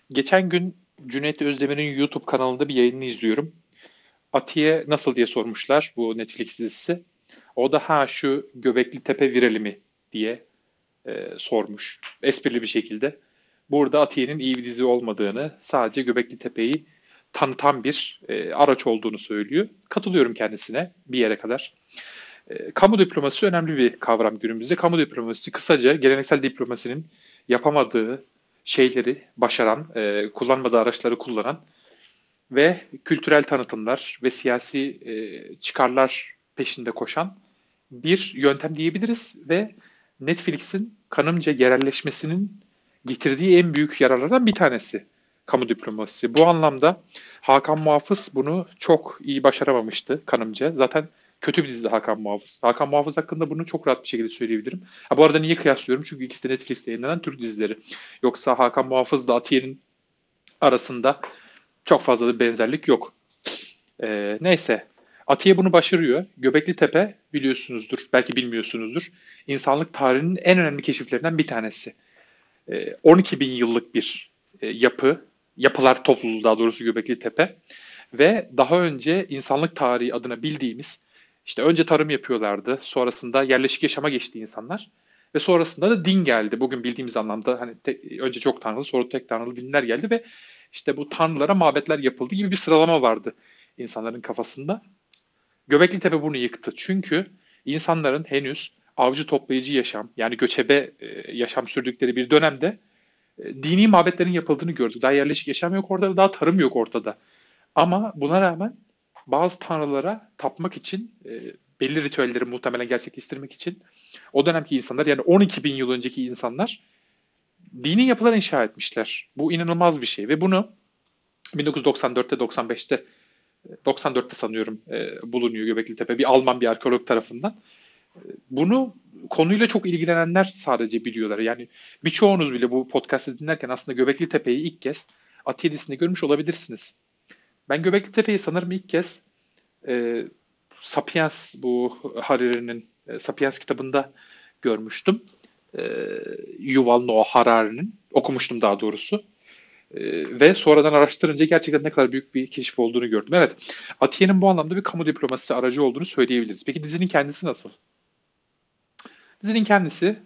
Geçen gün Cüneyt Özdemir'in YouTube kanalında bir yayını izliyorum. Atiye nasıl diye sormuşlar bu Netflix dizisi. O da şu Göbekli Tepe virali mi diye sormuş. Esprili bir şekilde. Burada Atiye'nin iyi bir dizi olmadığını, sadece Göbekli Tepe'yi tanıtan bir araç olduğunu söylüyor. Katılıyorum kendisine bir yere kadar. Kamu diplomasisi önemli bir kavram günümüzde. Kamu diplomasisi kısaca geleneksel diplomasinin yapamadığı şeyleri başaran, kullanmadığı araçları kullanan ve kültürel tanıtımlar ve siyasi çıkarlar peşinde koşan bir yöntem diyebiliriz ve Netflix'in kanımca yerelleşmesinin getirdiği en büyük yararlardan bir tanesi kamu diplomasisi. Bu anlamda Hakan Muhafız bunu çok iyi başaramamıştı kanımca. Zaten kötü bir dizi Hakan Muhafız. Hakan Muhafız hakkında bunu çok rahat bir şekilde söyleyebilirim. Bu arada niye kıyaslıyorum? Çünkü ikisi de Netflix'te yayınlanan Türk dizileri. Yoksa Hakan Muhafız da Atiye'nin arasında çok fazla da benzerlik yok. Neyse. Atiye bunu başarıyor. Göbekli Tepe biliyorsunuzdur, belki bilmiyorsunuzdur. İnsanlık tarihinin en önemli keşiflerinden bir tanesi. 12 bin yıllık bir yapılar topluluğu daha doğrusu Göbekli Tepe. Ve daha önce insanlık tarihi adına bildiğimiz, işte önce tarım yapıyorlardı, sonrasında yerleşik yaşama geçti insanlar. Ve sonrasında da din geldi. Bugün bildiğimiz anlamda hani önce çok tanrılı, sonra tek tanrılı dinler geldi ve işte bu tanrılara mabetler yapıldı gibi bir sıralama vardı insanların kafasında. Göbekli Tepe bunu yıktı. Çünkü insanların henüz avcı toplayıcı yaşam, yani göçebe yaşam sürdükleri bir dönemde dini mabetlerin yapıldığını gördük. Daha yerleşik yaşam yok ortada, daha tarım yok ortada. Ama buna rağmen bazı tanrılara tapmak için, belli ritüelleri muhtemelen gerçekleştirmek için o dönemki insanlar, yani 12 bin yıl önceki insanlar dini yapılar inşa etmişler. Bu inanılmaz bir şey ve bunu 1994'te 95'te 94'te sanıyorum bulunuyor Göbekli Tepe bir Alman bir arkeolog tarafından. Bunu konuyla çok ilgilenenler sadece biliyorlar. Yani birçoğunuz bile bu podcast'ı dinlerken aslında Göbekli Tepe'yi ilk kez Atiye dizisinde görmüş olabilirsiniz. Ben Göbekli Tepe'yi sanırım ilk kez e, Sapiens, bu Harari'nin Sapiens kitabında görmüştüm. E, Yuval Noah Harari'nin okumuştum daha doğrusu. Ve sonradan araştırınca gerçekten ne kadar büyük bir keşif olduğunu gördüm. Evet, Atiye'nin bu anlamda bir kamu diplomasisi aracı olduğunu söyleyebiliriz. Peki dizinin kendisi nasıl? Dizinin kendisi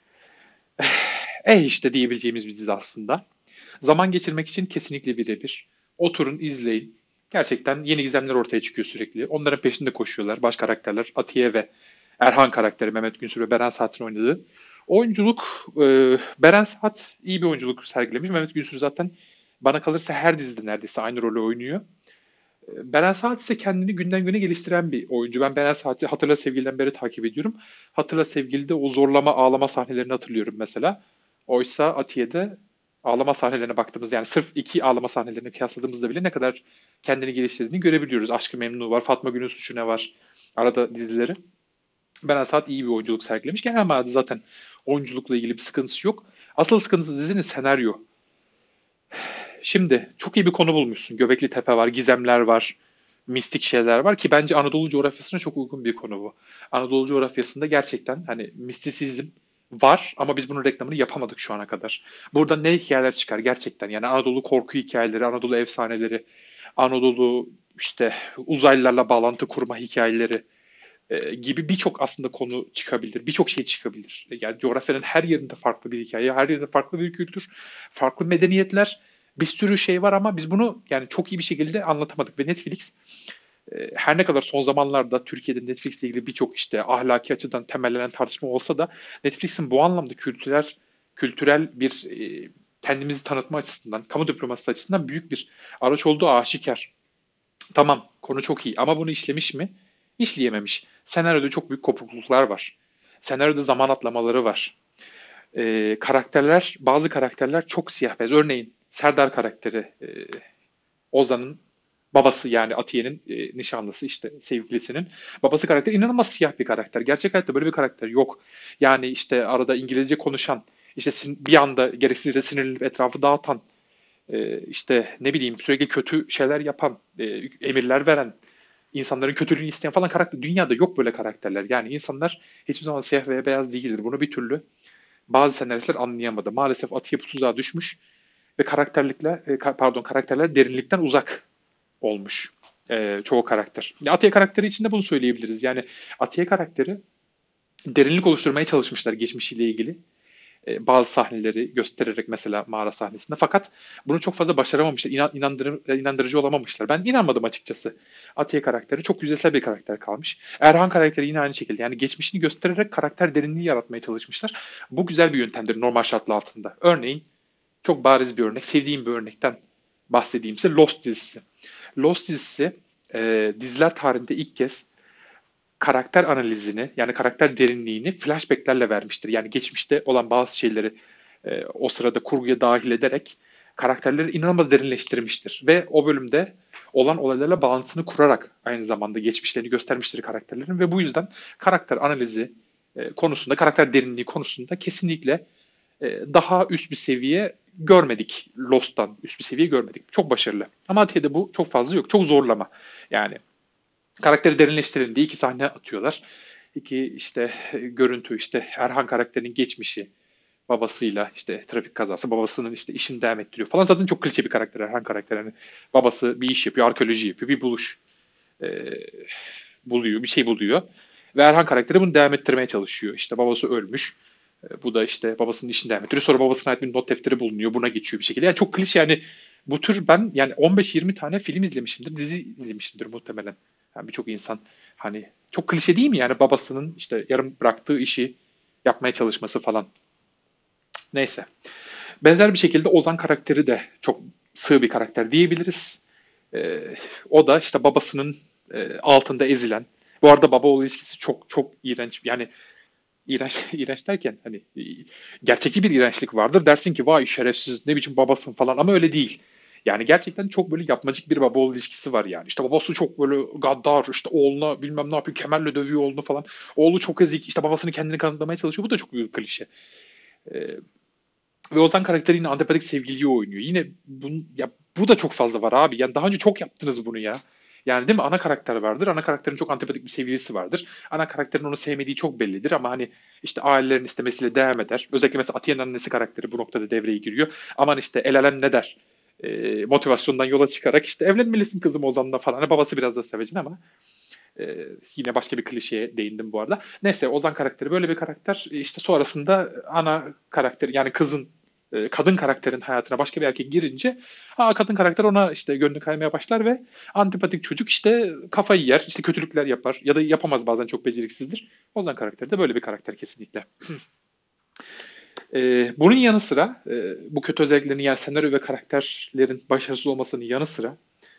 işte diyebileceğimiz bir dizi aslında. Zaman geçirmek için kesinlikle birebir. Oturun, izleyin. Gerçekten yeni gizemler ortaya çıkıyor sürekli. Onların peşinde koşuyorlar. Baş karakterler Atiye ve Erhan karakteri Mehmet Günsür ve Beren Saat'in oynadığı. Oyunculuk, Beren Saat iyi bir oyunculuk sergilemiş. Mehmet Günsür zaten bana kalırsa her dizide neredeyse aynı rolü oynuyor. Beren Saat ise kendini günden güne geliştiren bir oyuncu. Ben Beren Saat'i Hatırla Sevgili'den beri takip ediyorum. Hatırla Sevgili'de o zorlama ağlama sahnelerini hatırlıyorum mesela. Oysa Atiye'de ağlama sahnelerine baktığımızda, yani sırf iki ağlama sahnelerini kıyasladığımızda bile ne kadar kendini geliştirdiğini görebiliyoruz. Aşk-ı Memnu var, Fatma Gül'ün Suçu Ne var, arada dizileri. Beren Saat iyi bir oyunculuk sergilemiş. Genel manada zaten oyunculukla ilgili bir sıkıntısı yok. Asıl sıkıntısı dizinin senaryo. Şimdi çok iyi bir konu bulmuşsun. Göbekli Tepe var, gizemler var, mistik şeyler var ki bence Anadolu coğrafyasına çok uygun bir konu bu. Anadolu coğrafyasında gerçekten hani mistisizm var ama biz bunun reklamını yapamadık şu ana kadar. Burada ne hikayeler çıkar gerçekten? Yani Anadolu korku hikayeleri, Anadolu efsaneleri, Anadolu işte uzaylılarla bağlantı kurma hikayeleri gibi birçok aslında konu çıkabilir. Birçok şey çıkabilir. Yani coğrafyanın her yerinde farklı bir hikaye, her yerinde farklı bir kültür, farklı medeniyetler, bir sürü şey var ama biz bunu yani çok iyi bir şekilde anlatamadık ve Netflix her ne kadar son zamanlarda Türkiye'de Netflix'le ilgili birçok işte ahlaki açıdan temellenen tartışma olsa da Netflix'in bu anlamda kültürel bir kendimizi tanıtma açısından, kamu diplomasisi açısından büyük bir araç olduğu aşikar. Tamam, konu çok iyi ama bunu işlemiş mi? İşleyememiş. Senaryoda çok büyük kopukluklar var. Senaryoda zaman atlamaları var. Bazı karakterler çok siyah beyaz. Örneğin Serdar karakteri, Ozan'ın babası, yani Atiye'nin nişanlısı, işte sevgilisinin babası karakteri inanılmaz siyah bir karakter. Gerçek hayatta böyle bir karakter yok. Yani işte arada İngilizce konuşan, işte bir anda gereksizce sinirlenip etrafı dağıtan, işte ne bileyim sürekli kötü şeyler yapan, emirler veren, insanların kötülüğünü isteyen falan karakter. Dünyada yok böyle karakterler. Yani insanlar hiçbir zaman siyah veya beyaz değildir. Bunu bir türlü bazı senaristler anlayamadı. Maalesef Atiye bu tuzağa düşmüş. ve karakterler derinlikten uzak olmuş. Çoğu karakter. Atiye karakteri için de bunu söyleyebiliriz. Yani Atiye karakteri derinlik oluşturmaya çalışmışlar geçmişiyle ilgili. Bazı sahneleri göstererek mesela mağara sahnesinde. Fakat bunu çok fazla başaramamışlar. İnandırıcı olamamışlar. Ben inanmadım açıkçası. Atiye karakteri çok yüzeysel bir karakter kalmış. Erhan karakteri yine aynı şekilde. Yani geçmişini göstererek karakter derinliği yaratmaya çalışmışlar. Bu güzel bir yöntemdir normal şartlar altında. Örneğin çok bariz bir örnek, sevdiğim bir örnekten bahsedeyim size. Lost dizisi. Lost dizisi diziler tarihinde ilk kez karakter analizini yani karakter derinliğini flashbacklerle vermiştir. Yani geçmişte olan bazı şeyleri o sırada kurguya dahil ederek karakterleri inanılmaz derinleştirmiştir. Ve o bölümde olan olaylarla bağlantısını kurarak aynı zamanda geçmişlerini göstermiştir karakterlerin ve bu yüzden karakter analizi konusunda, karakter derinliği konusunda kesinlikle daha üst bir seviye görmedik. Lost'tan üst bir seviye görmedik. Çok başarılı. Ama Atiye'de bu çok fazla yok. Çok zorlama. Yani karakteri derinleştirelim diye iki sahne atıyorlar. İki işte görüntü işte Erhan karakterinin geçmişi babasıyla işte trafik kazası babasının işte işini devam ettiriyor falan. Zaten çok klişe bir karakter Erhan karakteri. Yani babası bir iş yapıyor, arkeoloji yapıyor, bir buluş e, buluyor, bir şey buluyor. Ve Erhan karakteri bunu devam ettirmeye çalışıyor. İşte babası ölmüş. Bu da işte babasının işini devam ettiriyor. Sonra babasına ait bir not defteri bulunuyor. Buna geçiyor bir şekilde. Yani çok klişe yani bu tür ben yani 15-20 tane film izlemişimdir. Dizi izlemişimdir muhtemelen. Yani birçok insan hani çok klişe değil mi yani babasının işte yarım bıraktığı işi yapmaya çalışması falan. Neyse. Benzer bir şekilde Ozan karakteri de çok sığ bir karakter diyebiliriz. Ee, O da işte babasının altında ezilen. Bu arada baba oğul ilişkisi çok çok iğrenç. Yani iğrenç, iğrenç derken hani gerçekçi bir iğrençlik vardır. Dersin ki vay şerefsiz ne biçim babasın falan ama öyle değil. Yani gerçekten çok böyle yapmacık bir baba oğul ilişkisi var yani. İşte babası çok böyle gaddar, işte oğluna bilmem ne yapıyor, kemerle dövüyor oğlunu falan. Oğlu çok ezik, işte babasını kendini kanıtlamaya çalışıyor. Bu da çok büyük klişe. Ee, Ve Ozan karakteri yine antipatik sevgiliyi oynuyor. Yine ya bu da çok fazla var abi. Yani daha önce çok yaptınız bunu ya. Yani değil mi? Ana karakter vardır. Ana karakterin çok antipatik bir sevgilisi vardır. Ana karakterin onu sevmediği çok bellidir ama hani işte ailelerin istemesiyle devam eder. Özellikle mesela Atiye'nin annesi karakteri bu noktada devreye giriyor. Aman işte el alem ne der? Motivasyondan yola çıkarak işte evlenmelisin kızım Ozan'la falan. Hani babası biraz da sevecen ama yine başka bir klişeye değindim bu arada. Neyse Ozan karakteri böyle bir karakter. İşte sonrasında ana karakter yani kadın karakterin hayatına başka bir erkek girince kadın karakter ona işte gönlü kaymaya başlar ve antipatik çocuk işte kafayı yer, işte kötülükler yapar ya da yapamaz bazen çok beceriksizdir. Ozan karakteri de böyle bir karakter kesinlikle. Bunun yanı sıra bu kötü özelliklerini yani senaryo ve karakterlerin başarısız olmasının yanı sıra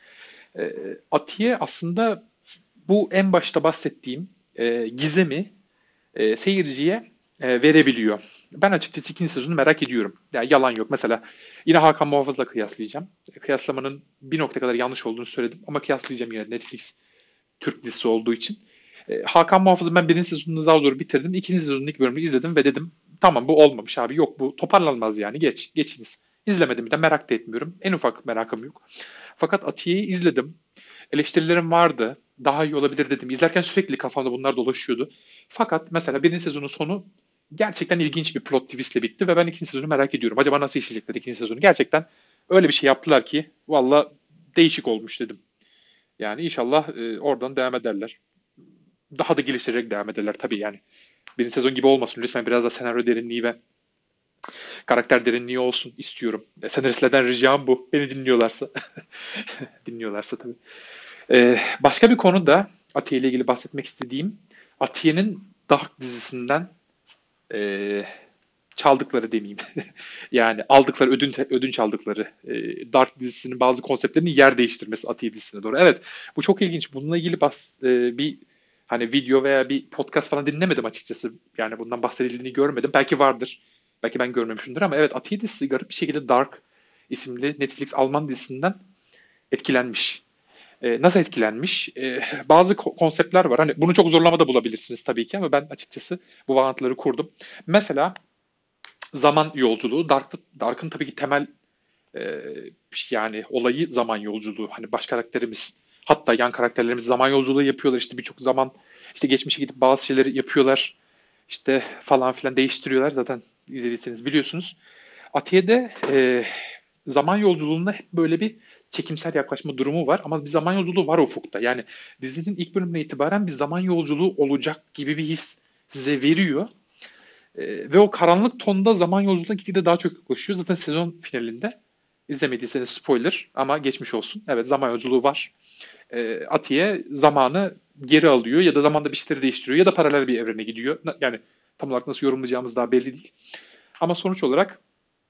Atiye aslında bu en başta bahsettiğim gizemi seyirciye verebiliyor. Ben açıkçası ikinci sezonu merak ediyorum. Yani yalan yok. Mesela yine Hakan Muhafız'la kıyaslayacağım. Kıyaslamanın bir nokta kadar yanlış olduğunu söyledim ama kıyaslayacağım yine Netflix Türk dizisi olduğu için. Hakan Muhafız'ın ben birinci sezonunu zar zor bitirdim. İkinci sezonun ilk bölümünü izledim ve dedim tamam bu olmamış abi yok bu toparlanmaz yani geçiniz. İzlemedim bir de merak da etmiyorum. En ufak merakım yok. Fakat Atiye'yi izledim. Eleştirilerim vardı. Daha iyi olabilir dedim. İzlerken sürekli kafamda bunlar dolaşıyordu. Fakat mesela birinci sezonun sonu gerçekten ilginç bir plot twistle bitti ve ben ikinci sezonu merak ediyorum. Acaba nasıl işleyecekler ikinci sezonu? Gerçekten öyle bir şey yaptılar ki valla değişik olmuş dedim. Yani inşallah oradan devam ederler. Daha da geliştirerek devam ederler tabii yani. Birinci sezon gibi olmasın. Lütfen biraz da senaryo derinliği ve karakter derinliği olsun istiyorum. Senaristlerden ricam bu. Beni dinliyorlarsa. Dinliyorlarsa tabii. Başka bir konu da Atiye ile ilgili bahsetmek istediğim Atiye'nin Dark dizisinden e, çaldıkları demeyeyim. Yani aldıkları ödünç aldıkları Dark dizisinin bazı konseptlerini yer değiştirmesi Atiye dizisine doğru. Evet, bu çok ilginç. Bununla ilgili bir hani video veya bir podcast falan dinlemedim açıkçası. Yani bundan bahsedildiğini görmedim. Belki vardır. Belki ben görmemişimdir ama evet Atiye dizisi garip bir şekilde Dark isimli Netflix Alman dizisinden etkilenmiş. Nasıl etkilenmiş? Bazı konseptler var. Hani bunu çok zorlama da bulabilirsiniz tabii ki ama ben açıkçası bu bağlantıları kurdum. Mesela zaman yolculuğu. Dark'ın tabii ki temel e, yani olayı zaman yolculuğu. Hani baş karakterimiz hatta yan karakterlerimiz zaman yolculuğu yapıyorlar. İşte birçok zaman işte geçmişe gidip bazı şeyleri yapıyorlar. İşte falan filan değiştiriyorlar. Zaten izlediyseniz biliyorsunuz. Atiye'de zaman yolculuğunda hep böyle bir çekimsel yaklaşma durumu var ama bir zaman yolculuğu var ufukta. Yani dizinin ilk bölümüne itibaren bir zaman yolculuğu olacak gibi bir his size veriyor. Ve o karanlık tonda zaman yolculuğuna gitgide daha çok yaklaşıyor. Zaten sezon finalinde izlemediyseniz spoiler ama geçmiş olsun. Evet, zaman yolculuğu var. Atiye zamanı geri alıyor ya da zamanda bir şeyleri değiştiriyor ya da paralel bir evrene gidiyor. Yani tam olarak nasıl yorumlayacağımız daha belli değil. Ama sonuç olarak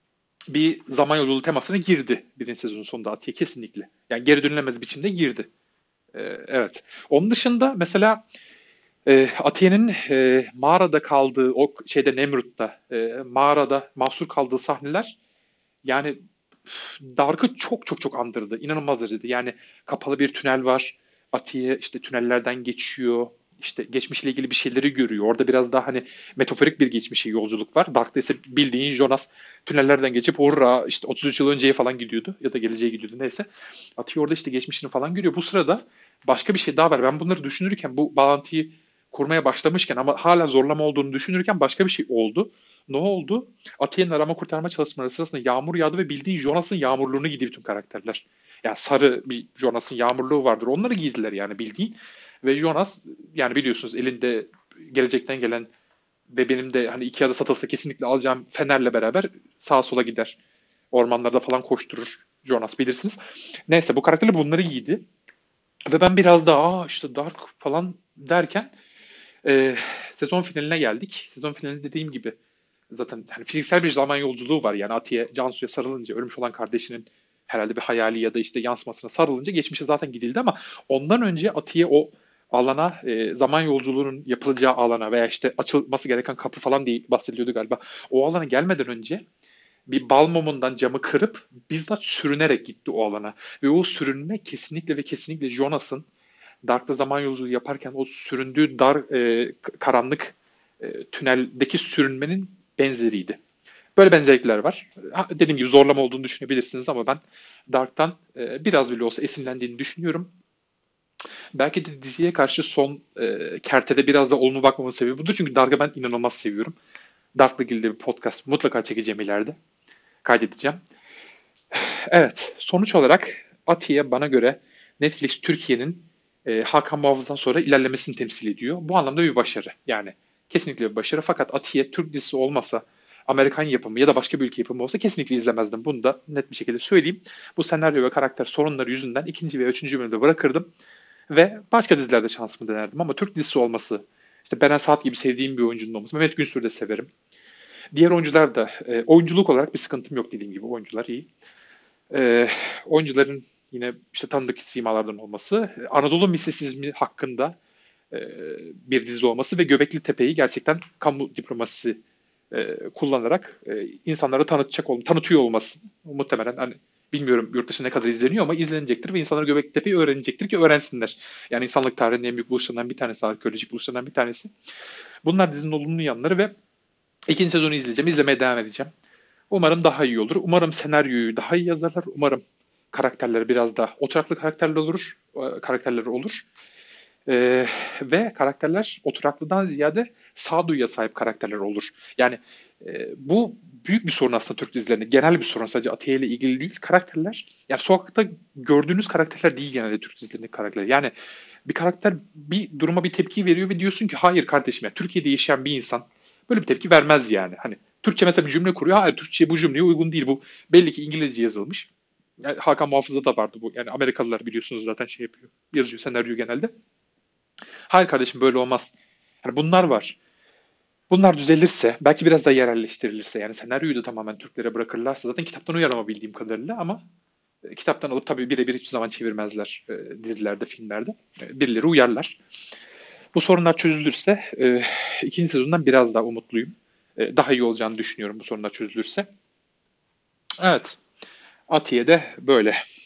bir zaman yolculuğu temasına girdi birinci sezonun sonunda Atiye kesinlikle. Yani geri dönülemez biçimde girdi. Evet. Onun dışında mesela Atiye'nin mağarada kaldığı o şeyde Nemrut'ta mağarada mahsur kaldığı sahneler yani Dark'ı çok çok çok andırdı. İnanılmaz derecede. Yani kapalı bir tünel var. Atiye işte tünellerden geçiyor. İşte geçmişle ilgili bir şeyleri görüyor. Orada biraz daha hani metaforik bir geçmişe yolculuk var. Dark'ta ise bildiğin Jonas tünellerden geçip hurra işte 33 yıl önceye falan gidiyordu. Ya da geleceğe gidiyordu neyse. Atiye orada işte geçmişini falan görüyor. Bu sırada başka bir şey daha var. Ben bunları düşünürken bu bağlantıyı kurmaya başlamışken ama hala zorlama olduğunu düşünürken başka bir şey oldu. Ne oldu? Atiye'nin arama kurtarma çalışmaları sırasında yağmur yağdı ve bildiğin Jonas'ın yağmurluğunu giydi bütün karakterler. Yani sarı bir Jonas'ın yağmurluğu vardır. Onları giydiler yani bildiğin. Ve Jonas yani biliyorsunuz elinde gelecekten gelen ve benim de hani Ikea'da satılsa kesinlikle alacağım fenerle beraber sağa sola gider. Ormanlarda falan koşturur Jonas bilirsiniz. Neyse bu karakterler bunları giydi. Ve ben biraz daha işte Dark falan derken e, sezon finaline geldik. Sezon finalinde dediğim gibi zaten hani fiziksel bir zaman yolculuğu var. Yani Atiye Cansu'ya sarılınca ölmüş olan kardeşinin herhalde bir hayali ya da işte yansımasına sarılınca geçmişe zaten gidildi ama ondan önce Atiye o alana zaman yolculuğunun yapılacağı alana veya işte açılması gereken kapı falan diye bahsediliyordu galiba. O alana gelmeden önce bir bal mumundan camı kırıp bizzat sürünerek gitti o alana. Ve o sürünme kesinlikle ve kesinlikle Jonas'ın Dark'ta zaman yolculuğu yaparken o süründüğü dar karanlık tüneldeki sürünmenin benzeriydi. Böyle benzerlikler var. Dediğim gibi zorlama olduğunu düşünebilirsiniz ama ben Dark'tan biraz bile olsa esinlendiğini düşünüyorum. Belki de diziye karşı son kertede biraz da olumlu bakmamın sebebi budur. Çünkü Dark'ı ben inanılmaz seviyorum. Dark'la ilgili de bir podcast mutlaka çekeceğim ileride. Kaydedeceğim. Evet, sonuç olarak Atiye bana göre Netflix Türkiye'nin Hakan Muhafız'dan sonra ilerlemesini temsil ediyor. Bu anlamda bir başarı. Yani kesinlikle bir başarı. Fakat Atiye Türk dizisi olmasa, Amerikan yapımı ya da başka bir ülke yapımı olsa kesinlikle izlemezdim. Bunu da net bir şekilde söyleyeyim. Bu senaryo ve karakter sorunları yüzünden ikinci ve üçüncü bölümde bırakırdım. Ve başka dizilerde şansımı denerdim. Ama Türk dizisi olması, işte Beren Saat gibi sevdiğim bir oyuncunun olması, Mehmet Günsür'ü de severim. Diğer oyuncular da oyunculuk olarak bir sıkıntım yok dediğim gibi. Oyuncular iyi. E, oyuncuların yine işte tanıdık simalardan olması, Anadolu mistisizmi hakkında e, bir dizi olması ve Göbekli Tepe'yi gerçekten kamu diplomasisi kullanarak insanlara tanıtıyor olması muhtemelen hani bilmiyorum yurt dışı ne kadar izleniyor ama izlenecektir ve insanlar Göbekli Tepe'yi öğrenecektir ki öğrensinler. Yani insanlık tarihinin en büyük buluşlarından bir tanesi, arkeolojik buluşlarından bir tanesi. Bunlar dizinin olumlu yanları ve ikinci sezonu izleyeceğim, izlemeye devam edeceğim. Umarım daha iyi olur. Umarım senaryoyu daha iyi yazarlar. Umarım karakterler biraz daha oturaklı karakterler olur. Ve karakterler oturaklıdan ziyade sağduyuya sahip karakterler olur. Yani bu büyük bir sorun aslında Türk dizilerinde. Genel bir sorun, sadece Atiye ile ilgili değil. Karakterler, yani sokakta gördüğünüz karakterler değil genelde Türk dizilerindeki karakterler. Yani bir karakter bir duruma bir tepki veriyor ve diyorsun ki hayır kardeşim ya Türkiye'de yaşayan bir insan böyle bir tepki vermez yani. Hani Türkçe mesela bir cümle kuruyor. Hayır Türkçe bu cümleye uygun değil. Bu belli ki İngilizce yazılmış. Yani Hakan Muhafız'da da vardı bu. Yani Amerikalılar biliyorsunuz zaten şey yapıyor. Yazıyor senaryo genelde. Hayır kardeşim böyle olmaz. Yani bunlar var. Bunlar düzelirse, belki biraz da yerelleştirilirse, yani senaryoyu da tamamen Türklere bırakırlarsa, zaten kitaptan uyarlama bildiğim kadarıyla ama kitaptan alıp tabii birebir hiçbir zaman çevirmezler dizilerde, filmlerde. Birileri uyarlar. Bu sorunlar çözülürse ikinci sezondan biraz daha umutluyum. Daha iyi olacağını düşünüyorum bu sorunlar çözülürse. Evet, Atiye de böyle.